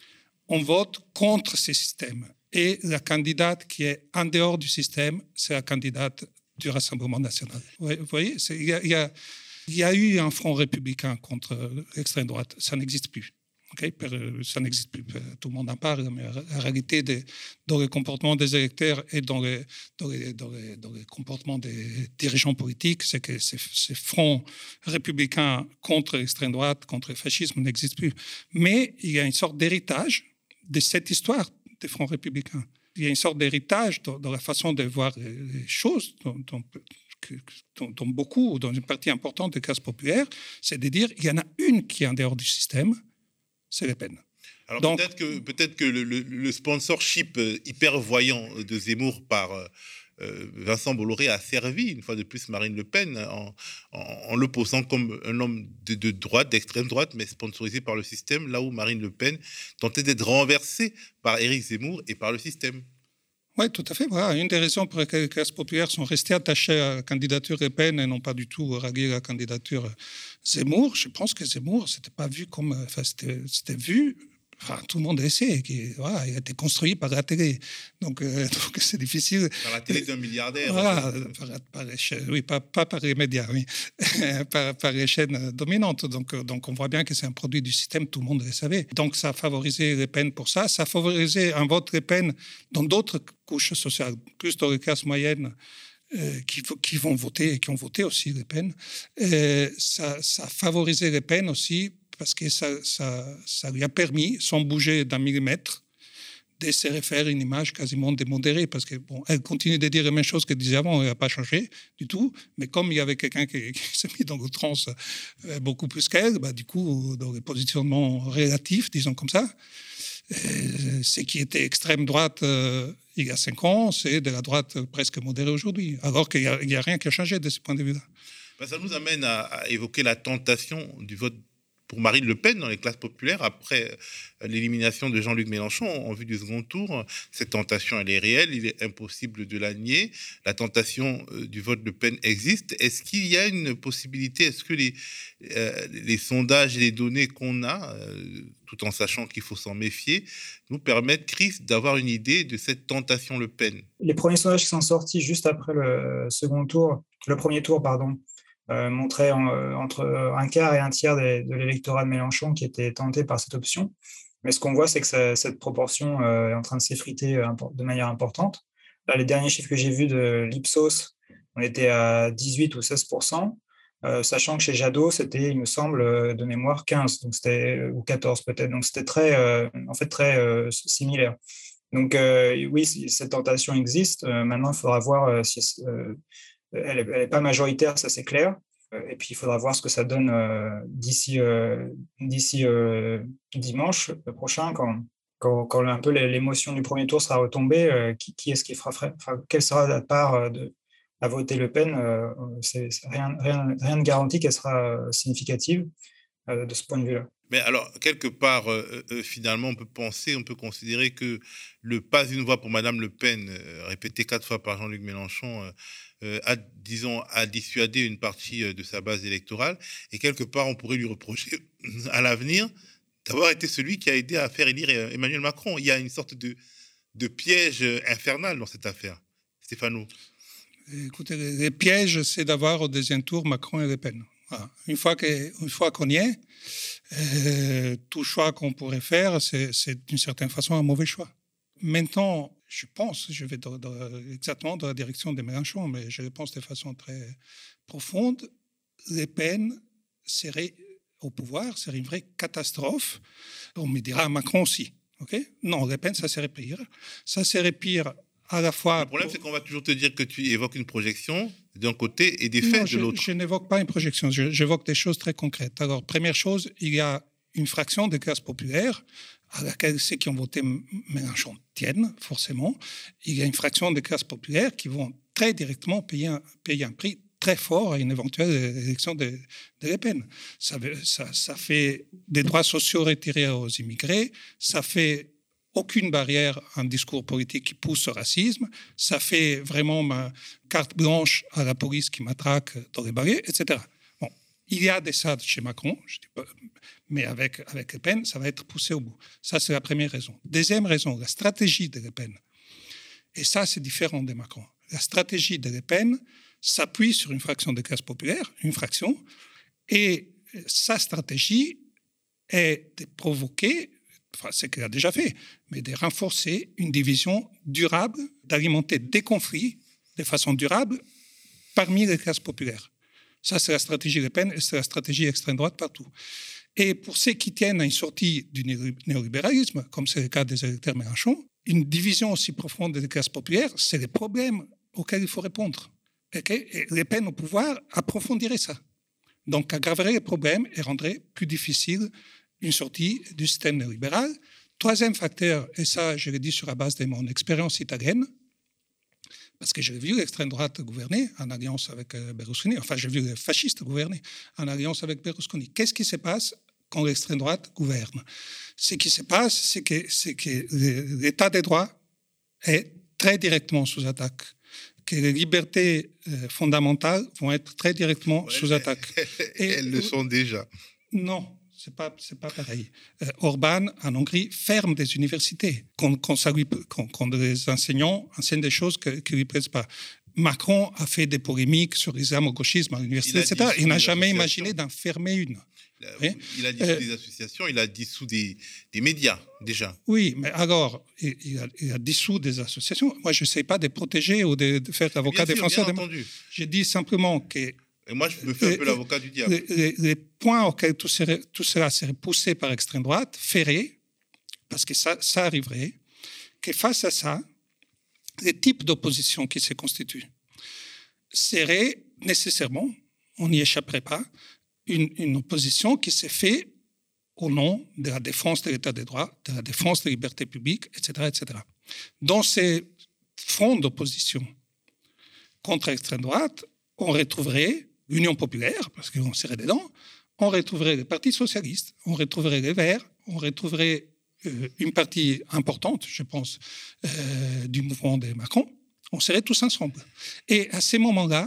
On vote contre ces systèmes. Et la candidate qui est en dehors du système, c'est la candidate du Rassemblement national. Vous voyez, c'est, il, y a, il, y a, il y a eu un front républicain contre l'extrême droite. Ça n'existe plus. Okay? Ça n'existe plus. Tout le monde en parle, mais la réalité de, dans le comportement des électeurs et dans le, dans les, dans les, dans les comportements des dirigeants politiques, c'est que ces, ces fronts républicains contre l'extrême droite, contre le fascisme n'existent plus. Mais il y a une sorte d'héritage de cette histoire des fronts républicains. Il y a une sorte d'héritage dans, dans la façon de voir les choses, dont, dont, dont, dont beaucoup, dans une partie importante des classes populaires, c'est de dire qu'il y en a une qui est en dehors du système, c'est Le Pen. Alors Donc, peut-être que, peut-être que le, le, le sponsorship hyper voyant de Zemmour par euh, Vincent Bolloré a servi une fois de plus Marine Le Pen en, en, en le posant comme un homme de, de droite, d'extrême droite, mais sponsorisé par le système, là où Marine Le Pen tentait d'être renversée par Éric Zemmour et par le système. Oui, tout à fait. Voilà. Une des raisons pour lesquelles les classes populaires sont restées attachées à la candidature Le Pen et n'ont pas du tout rallié la candidature Zemmour. Je pense que Zemmour, c'était pas vu comme, enfin, c'était, c'était vu. Enfin, tout le monde le sait, qui, voilà, il a été construit par la télé. Donc, euh, donc c'est difficile. Par la télé d'un milliardaire. Voilà, par, par les chaînes, oui, pas, pas par les médias, oui. par, par les chaînes dominantes. Donc, donc, on voit bien que c'est un produit du système, tout le monde le savait. Donc, ça a favorisé Le Pen pour ça. Ça a favorisé un vote Le Pen dans d'autres couches sociales, plus dans les classes moyennes. Euh, qui, qui vont voter et qui ont voté aussi Le Pen. Euh, ça, ça a favorisé Le Pen aussi parce que ça, ça, ça lui a permis, sans bouger d'un millimètre, de se refaire une image quasiment démodérée, parce que bon, elle continue de dire les mêmes choses qu'elle disait avant, elle n'a pas changé du tout, mais comme il y avait quelqu'un qui, qui s'est mis dans l'outrance euh, beaucoup plus qu'elle, bah, du coup, dans les positionnements relatifs, disons comme ça, euh, ce qui était extrême droite euh, il y a cinq ans, c'est de la droite presque modérée aujourd'hui, alors qu'il n'y a, a rien qui a changé de ce point de vue-là. Ben, ça nous amène à, à évoquer la tentation du vote pour Marine Le Pen dans les classes populaires après l'élimination de Jean-Luc Mélenchon en vue du second tour. Cette tentation, elle est réelle, il est impossible de la nier. La tentation du vote Le Pen existe. Est-ce qu'il y a une possibilité, est-ce que les, euh, les sondages et les données qu'on a, euh, tout en sachant qu'il faut s'en méfier, nous permettent, Chris, d'avoir une idée de cette tentation Le Pen? Les premiers sondages qui sont sortis juste après le second tour, le premier tour, pardon, Euh, montrait en, euh, entre un quart et un tiers des, de l'électorat de Mélenchon qui était tenté par cette option. Mais ce qu'on voit, c'est que ça, cette proportion euh, est en train de s'effriter euh, de manière importante. Là, les derniers chiffres que j'ai vus de l'Ipsos, on était à dix-huit ou seize pour cent, euh, sachant que chez Jadot, c'était, il me semble, de mémoire quinze, donc c'était, ou quatorze peut-être. Donc c'était très, euh, en fait, très euh, similaire. Donc euh, oui, cette tentation existe. Euh, maintenant, il faudra voir euh, si... Euh, Elle n'est pas majoritaire, ça c'est clair. Et puis, il faudra voir ce que ça donne euh, d'ici, euh, d'ici euh, dimanche prochain, quand, quand, quand un peu l'émotion du premier tour sera retombée. Euh, qui, qui est-ce qui fera, enfin, quelle sera la part de, à voter Le Pen? euh, c'est, c'est rien, rien, rien ne garantit qu'elle sera significative euh, de ce point de vue-là. Mais alors, quelque part, euh, euh, finalement, on peut penser, on peut considérer que le pas une voix pour Madame Le Pen, euh, répété quatre fois par Jean-Luc Mélenchon, euh, euh, a, disons, a dissuadé une partie de sa base électorale. Et quelque part, on pourrait lui reprocher à l'avenir d'avoir été celui qui a aidé à faire élire Emmanuel Macron. Il y a une sorte de, de piège infernal dans cette affaire. Stéphano. Écoutez, les pièges, c'est d'avoir au deuxième tour Macron et Le Pen. Voilà. Une fois que, une fois qu'on y est, euh, tout choix qu'on pourrait faire, c'est, c'est d'une certaine façon un mauvais choix. Maintenant, je pense, je vais dans, dans, exactement dans la direction de Mélenchon, mais je le pense de façon très profonde, Le Pen serait au pouvoir, serait une vraie catastrophe. On me dira Macron aussi. Okay, non, Le Pen, ça serait pire. Ça serait pire à la fois... Le problème, pour... c'est qu'on va toujours te dire que tu évoques une projection d'un côté et des non, faits je, de l'autre. Je n'évoque pas une projection, je, j'évoque des choses très concrètes. Alors, première chose, il y a une fraction des classes populaires à laquelle ceux qui ont voté Mélenchon tiennent, forcément. Il y a une fraction des classes populaires qui vont très directement payer un, payer un prix très fort à une éventuelle élection de, de Le Pen. Ça, ça, ça fait des droits sociaux retirés aux immigrés, ça fait aucune barrière à un discours politique qui pousse au racisme, ça fait vraiment ma carte blanche à la police qui matraque dans les barrières, et cetera. Bon, il y a des ça chez Macron, je dis pas, mais avec, avec Le Pen, ça va être poussé au bout. Ça, c'est la première raison. Deuxième raison, la stratégie de Le Pen. Et ça, c'est différent de Macron. La stratégie de Le Pen s'appuie sur une fraction des classes populaires, une fraction, et sa stratégie est de provoquer, enfin ce qu'elle a déjà fait, mais de renforcer une division durable, d'alimenter des conflits de façon durable parmi les classes populaires. Ça, c'est la stratégie Le Pen et c'est la stratégie extrême droite partout. Et pour ceux qui tiennent à une sortie du néolibéralisme, comme c'est le cas des électeurs Mélenchon, une division aussi profonde des classes populaires, c'est les problèmes auxquels il faut répondre. Okay? Et Le Pen au pouvoir approfondirait ça. Donc, aggraverait les problèmes et rendrait plus difficile une sortie du système néolibéral. Troisième facteur, et ça, je l'ai dit sur la base de mon expérience italienne, parce que j'ai vu l'extrême droite gouverner en alliance avec Berlusconi, enfin, j'ai vu les fascistes gouverner en alliance avec Berlusconi. Qu'est-ce qui se passe quand l'extrême droite gouverne? Ce qui se passe, c'est que, c'est que l'état des droits est très directement sous attaque, que les libertés euh, fondamentales vont être très directement ouais, sous attaque. Et elles le sont déjà. Non, ce n'est pas, c'est pas pareil. Euh, Orban, en Hongrie, ferme des universités quand, quand, ça lui, quand, quand les enseignants enseignent des choses qui ne lui plaisent pas. Macron a fait des polémiques sur l'islamo-gauchisme à l'université, et cetera. Il n'a jamais imaginé d'en fermer une. Il a, oui. il a dissous euh, des associations, il a dissous des, des médias, déjà. Oui, mais alors, il, il, a, il a dissous des associations. Moi, je ne sais pas de protéger ou de, de faire l'avocat des Français. Bien entendu. J'ai dit simplement que... Et moi, je me fais les, un peu l'avocat du diable. Les, les, les points auxquels tout, serait, tout cela serait poussé par l'extrême droite feraient, parce que ça, ça arriverait, que face à ça, les types d'opposition qui se constituent seraient nécessairement, on n'y échapperait pas, Une, une opposition qui s'est faite au nom de la défense de l'état des droits, de la défense des libertés publiques, et cetera, et cetera. Dans ces fronts d'opposition contre l'extrême droite, on retrouverait l'Union populaire, parce qu'on serait dedans, on retrouverait le Parti socialiste, on retrouverait les Verts, on retrouverait euh, une partie importante, je pense, euh, du mouvement de Macron. On serait tous ensemble. Et à ces moments-là,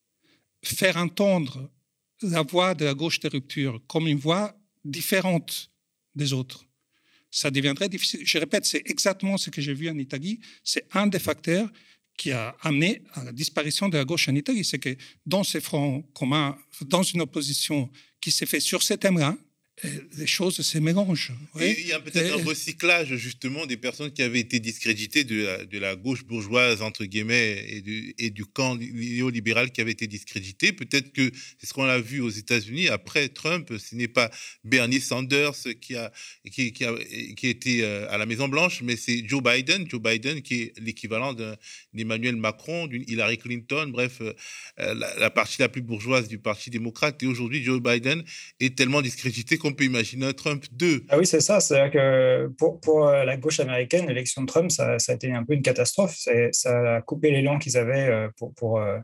faire entendre la voix de la gauche de rupture comme une voix différente des autres, ça deviendrait difficile. Je répète, c'est exactement ce que j'ai vu en Italie. C'est un des facteurs qui a amené à la disparition de la gauche en Italie. C'est que dans ces fronts communs, dans une opposition qui s'est faite sur ces thèmes-là, les choses se mélangent. Oui. Il y a peut-être et, un recyclage, justement, des personnes qui avaient été discréditées de la, de la gauche bourgeoise, entre guillemets, et du, et du camp néolibéral qui avait été discrédité. Peut-être que c'est ce qu'on a vu aux États-Unis. Après Trump, ce n'est pas Bernie Sanders qui a, qui, qui a, qui a été à la Maison-Blanche, mais c'est Joe Biden, Joe Biden qui est l'équivalent d'Emmanuel Macron, d'une Hillary Clinton, bref, la, la partie la plus bourgeoise du Parti démocrate. Et aujourd'hui, Joe Biden est tellement discrédité qu'on peut imaginer un Trump deux. Ah oui, c'est ça. C'est-à-dire que pour, pour la gauche américaine, l'élection de Trump, ça, ça a été un peu une catastrophe. C'est, ça a coupé l'élan qu'ils avaient pour, pour, euh,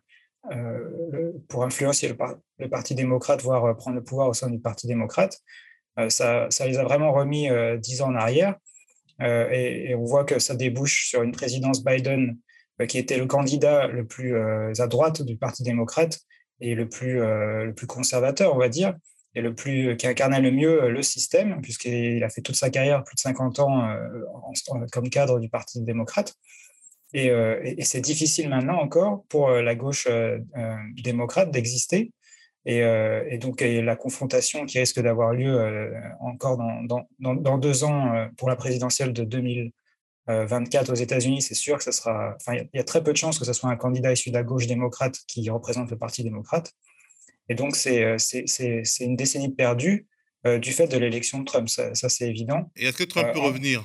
pour influencer le, par, le Parti démocrate, voire prendre le pouvoir au sein du Parti démocrate. Euh, ça, ça les a vraiment remis euh, dix ans en arrière. Euh, et, et on voit que ça débouche sur une présidence Biden euh, qui était le candidat le plus euh, à droite du Parti démocrate et le plus, euh, le plus conservateur, on va dire, et le plus, qui incarnait le mieux le système, puisqu'il a fait toute sa carrière, plus de cinquante ans, euh, en, en, comme cadre du Parti démocrate. Et, euh, et, et c'est difficile maintenant encore pour la gauche euh, démocrate d'exister. Et, euh, et donc, et la confrontation qui risque d'avoir lieu euh, encore dans, dans, dans deux ans euh, pour la présidentielle de deux mille euh, vingt-quatre aux États-Unis, c'est sûr que ça sera. Enfin, il y, y a très peu de chances que ce soit un candidat issu de la gauche démocrate qui représente le Parti démocrate. Et donc, c'est, c'est, c'est, c'est une décennie perdue euh, du fait de l'élection de Trump. Ça, ça c'est évident. Et est-ce que Trump Euh, peut revenir?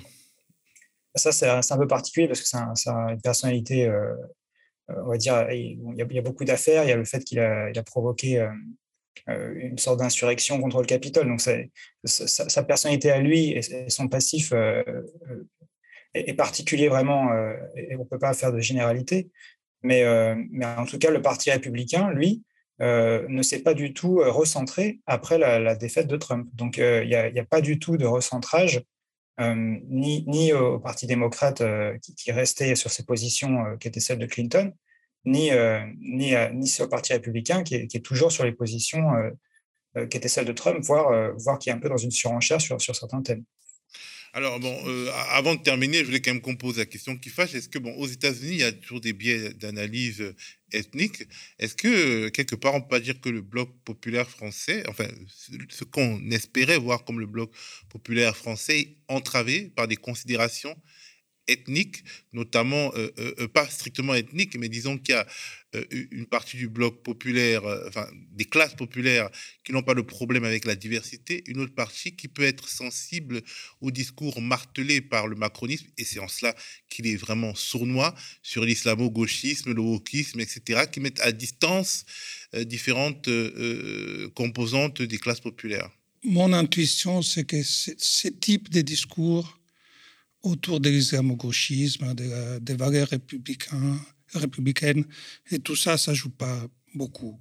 Ça, c'est un, c'est un peu particulier parce que c'est, un, c'est une personnalité, euh, on va dire, il y, a, il y a beaucoup d'affaires. Il y a le fait qu'il a, il a provoqué euh, une sorte d'insurrection contre le Capitole. Donc, c'est, sa, sa personnalité à lui et, et son passif euh, est, est particulier vraiment. Euh, et on ne peut pas faire de généralité. Mais, euh, mais en tout cas, le Parti républicain, lui, euh, ne s'est pas du tout recentré après la, la défaite de Trump. Donc, euh, il n'y a, a pas du tout de recentrage. Euh, ni, ni au Parti démocrate euh, qui, qui restait sur ses positions euh, qui étaient celles de Clinton, ni, euh, ni, euh, ni sur le Parti républicain qui est, qui est toujours sur les positions euh, euh, qui étaient celles de Trump, voire, euh, voire qui est un peu dans une surenchère sur, sur certains thèmes. Alors, bon, euh, avant de terminer, je voulais quand même qu'on pose la question qui fâche. Est-ce que, bon, aux États-Unis, il y a toujours des biais d'analyse ethnique. Est-ce que, quelque part, on peut dire que le bloc populaire français, enfin, ce qu'on espérait voir comme le bloc populaire français, est entravé par des considérations ethniques, notamment, euh, euh, pas strictement ethniques, mais disons qu'il y a euh, une partie du bloc populaire, euh, enfin, des classes populaires qui n'ont pas de problème avec la diversité, une autre partie qui peut être sensible au discours martelé par le macronisme, et c'est en cela qu'il est vraiment sournois sur l'islamo-gauchisme, le wokisme, et cetera, qui mettent à distance euh, différentes euh, composantes des classes populaires. Mon intuition, c'est que ce type de discours autour de l'islamo-gauchisme, de, des valeurs républicaines, républicaines, et tout ça, ça ne joue pas beaucoup.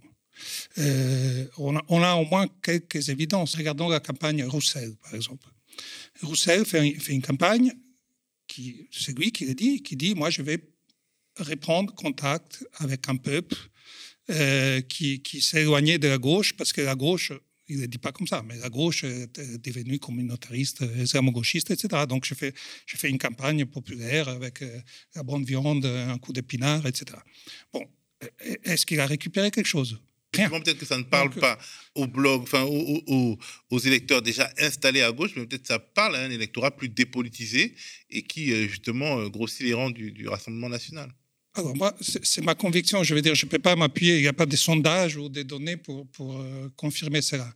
Euh, on, a, on a au moins quelques évidences. Regardons la campagne Roussel, par exemple. Roussel fait, fait une campagne, qui, c'est lui qui le dit, qui dit « Moi, je vais reprendre contact avec un peuple euh, qui, qui s'est éloigné de la gauche, parce que la gauche... » il ne le dit pas comme ça, mais la gauche est devenue communautariste, islamo-gauchiste, et cetera. Donc, je fais, je fais une campagne populaire avec euh, la bonne viande, un coup d'épinard, et cetera. Bon, est-ce qu'il a récupéré quelque chose? Rien. Peut-être que ça ne parle Donc, pas aux blogs, enfin aux, aux, aux électeurs déjà installés à gauche, mais peut-être que ça parle à un électorat plus dépolitisé et qui, justement, grossit les rangs du, du Rassemblement national. Alors, moi, c'est, c'est ma conviction. Je veux dire, je ne peux pas m'appuyer. Il n'y a pas de sondages ou des données pour, pour euh, confirmer cela.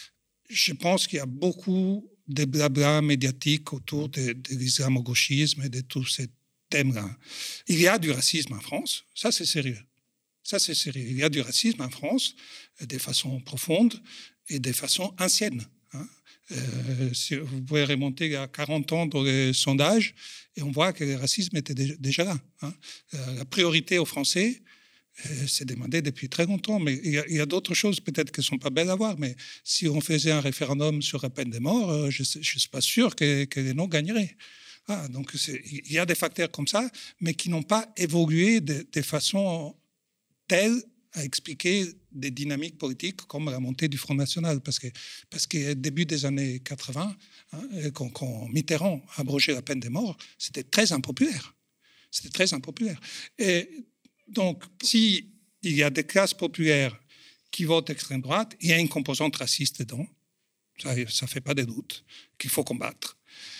Je pense qu'il y a beaucoup de blabla médiatique autour de, de l'islamo-gauchisme et de tous ces thèmes-là. Il y a du racisme en France. Ça, c'est sérieux. Ça, c'est sérieux. Il y a du racisme en France de façon profonde et de façon ancienne. Hein. Euh, si vous pouvez remonter à quarante ans dans les sondages et on voit que le racisme était déjà là. Hein. Euh, la priorité aux Français, euh, c'est demandé depuis très longtemps, mais il y a, il y a d'autres choses peut-être qui ne sont pas belles à voir, mais si on faisait un référendum sur la peine de mort, euh, je ne suis pas sûr que, que les non gagneraient. Ah, donc il y a des facteurs comme ça, mais qui n'ont pas évolué de, de façon telle à expliquer des dynamiques politiques comme la montée du Front National. Parce que, parce que début des années quatre-vingts, hein, quand, quand Mitterrand a abrogé la peine de mort, c'était très impopulaire. C'était très impopulaire. Et donc, s'il y a des classes populaires qui votent extrême droite, il y a une composante raciste dedans, ça ne fait pas de doute, qu'il faut combattre.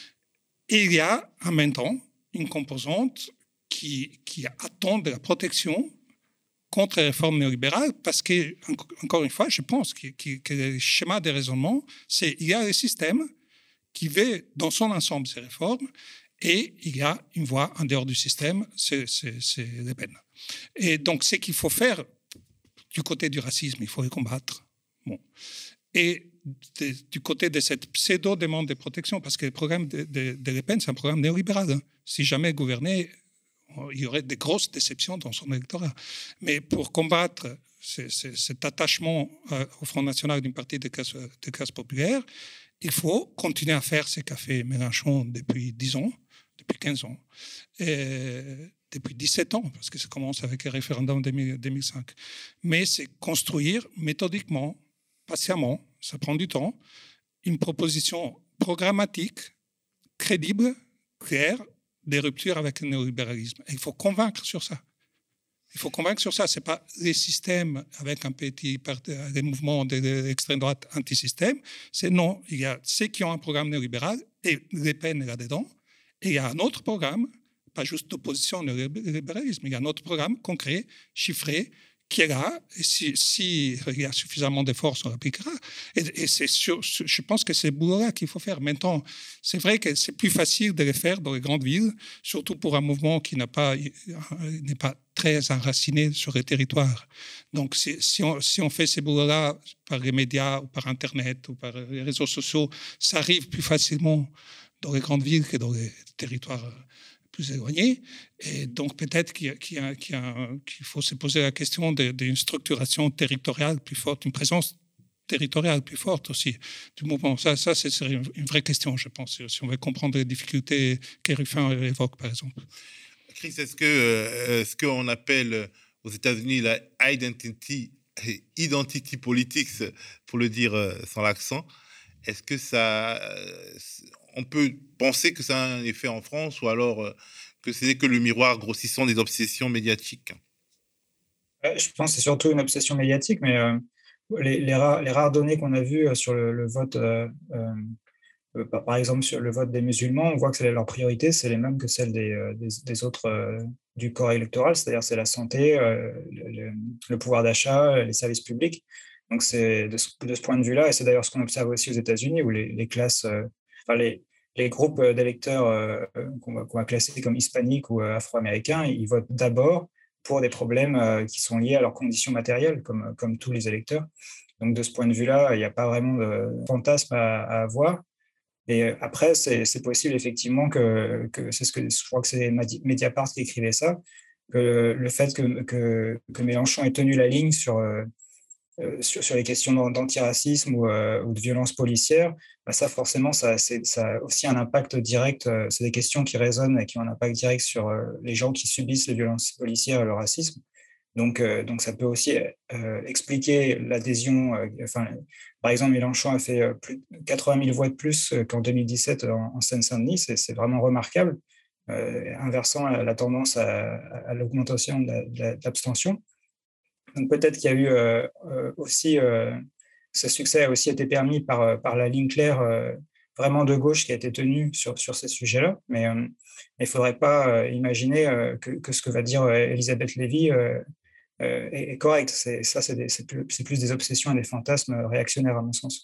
Et il y a en même temps une composante qui, qui attend de la protection contre les réformes néolibérales, parce que, encore une fois, je pense que, que, que le schéma de raisonnement, c'est qu'il y a un système qui veut dans son ensemble ces réformes, et il y a une voie en dehors du système, c'est, c'est, c'est les peines. Et donc, ce qu'il faut faire du côté du racisme, il faut le combattre. Bon. Et de, du côté de cette pseudo-demande de protection, parce que le programme de, de, de Le Pen, c'est un programme néolibéral. Hein. Si jamais gouverné, il y aurait des grosses déceptions dans son électorat. Mais pour combattre c- c- cet attachement euh, au Front National d'une partie des classes, des classes populaires, il faut continuer à faire ce qu'a fait Mélenchon depuis dix ans, depuis quinze ans, et depuis dix-sept ans, parce que ça commence avec le référendum de deux mille cinq. Mais c'est construire méthodiquement, patiemment, ça prend du temps, une proposition programmatique, crédible, claire, des ruptures avec le néolibéralisme. Et il faut convaincre sur ça. Il faut convaincre sur ça. Ce n'est pas les systèmes avec un petit des mouvements de l'extrême droite anti-système. C'est non. Il y a ceux qui ont un programme néolibéral et Le Pen est là-dedans. Et il y a un autre programme, pas juste d'opposition au libéralisme, il y a un autre programme concret, chiffré, qui est là. Et si, si il y a suffisamment d'efforts, on l'appliquera. Et, et c'est sûr, je pense que c'est ce boulot-là qu'il faut faire. Maintenant, c'est vrai que c'est plus facile de le faire dans les grandes villes, surtout pour un mouvement qui n'a pas, n'est pas très enraciné sur le territoire. Donc, si, si, on, si on fait ces boulots-là par les médias ou par Internet ou par les réseaux sociaux, ça arrive plus facilement dans les grandes villes que dans les territoires plus éloignés. Et donc, peut-être qu'il, qu'il, qu'il, qu'il faut se poser la question d'une structuration territoriale plus forte, une présence territoriale plus forte aussi du mouvement. Ça, ça c'est une, une vraie question, je pense, si on veut comprendre les difficultés que Ruffin évoque, par exemple. Chris, est-ce que euh, ce qu'on appelle aux États-Unis la identity, identity politics, pour le dire euh, sans l'accent, est-ce que ça, euh, on peut penser que ça a un effet en France, ou alors euh, que ce n'est que le miroir grossissant des obsessions médiatiques? Ouais, je pense que c'est surtout une obsession médiatique, mais euh, les, les, rares, les rares données qu'on a vues sur le, le vote, euh, euh, par exemple sur le vote des musulmans, on voit que leur priorité, c'est les mêmes que celles des, des, des autres euh, du corps électoral, c'est-à-dire c'est la santé, euh, le, le pouvoir d'achat, les services publics. Donc c'est de ce, de ce point de vue-là, et c'est d'ailleurs ce qu'on observe aussi aux États-Unis, où les, les classes, euh, enfin les, les groupes d'électeurs euh, qu'on va, qu'on va classer comme hispaniques ou euh, afro-américains, ils votent d'abord pour des problèmes euh, qui sont liés à leurs conditions matérielles, comme, comme tous les électeurs. Donc de ce point de vue-là, il n'y a pas vraiment de fantasme à, à avoir. Et après, c'est, c'est possible effectivement que, que c'est ce que je crois que c'est Mediapart qui écrivait ça, que le fait que, que, que Mélenchon ait tenu la ligne sur euh, Sur, sur les questions d'antiracisme ou, euh, ou de violence policière, bah ça forcément, ça, c'est, ça a aussi un impact direct. Euh, c'est des questions qui résonnent et qui ont un impact direct sur euh, les gens qui subissent les violences policières et le racisme. Donc, euh, donc ça peut aussi euh, expliquer l'adhésion. Euh, enfin, par exemple, Mélenchon a fait euh, plus de quatre-vingt mille voix de plus qu'en deux mille dix-sept en, en Seine-Saint-Denis. C'est, c'est vraiment remarquable, euh, inversant la, la tendance à, à l'augmentation de, la, de l'abstention. Donc peut-être qu'il y a eu euh, euh, aussi, euh, ce succès a aussi été permis par, par la ligne claire euh, vraiment de gauche qui a été tenue sur, sur ces sujets-là. Mais euh, il ne faudrait pas euh, imaginer euh, que, que ce que va dire Elisabeth Lévy euh, euh, est, est correct. C'est, ça, c'est, des, c'est, plus, c'est plus des obsessions et des fantasmes réactionnaires à mon sens.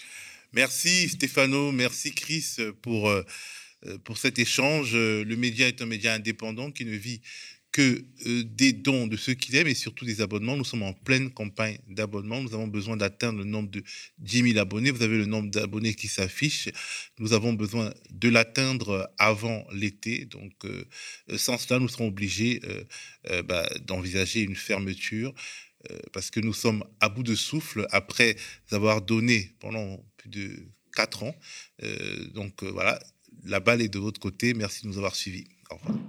Merci Stéphano, merci Chris pour, euh, pour cet échange. Le média est un média indépendant qui ne vit que euh, des dons de ceux qui l'aiment et surtout des abonnements. Nous sommes en pleine campagne d'abonnements. Nous avons besoin d'atteindre le nombre de dix mille abonnés. Vous avez le nombre d'abonnés qui s'affiche. Nous avons besoin de l'atteindre avant l'été. Donc, euh, sans cela, nous serons obligés euh, euh, bah, d'envisager une fermeture euh, parce que nous sommes à bout de souffle après avoir donné pendant plus de quatre ans. Euh, donc, euh, voilà, la balle est de votre côté. Merci de nous avoir suivis. Au revoir.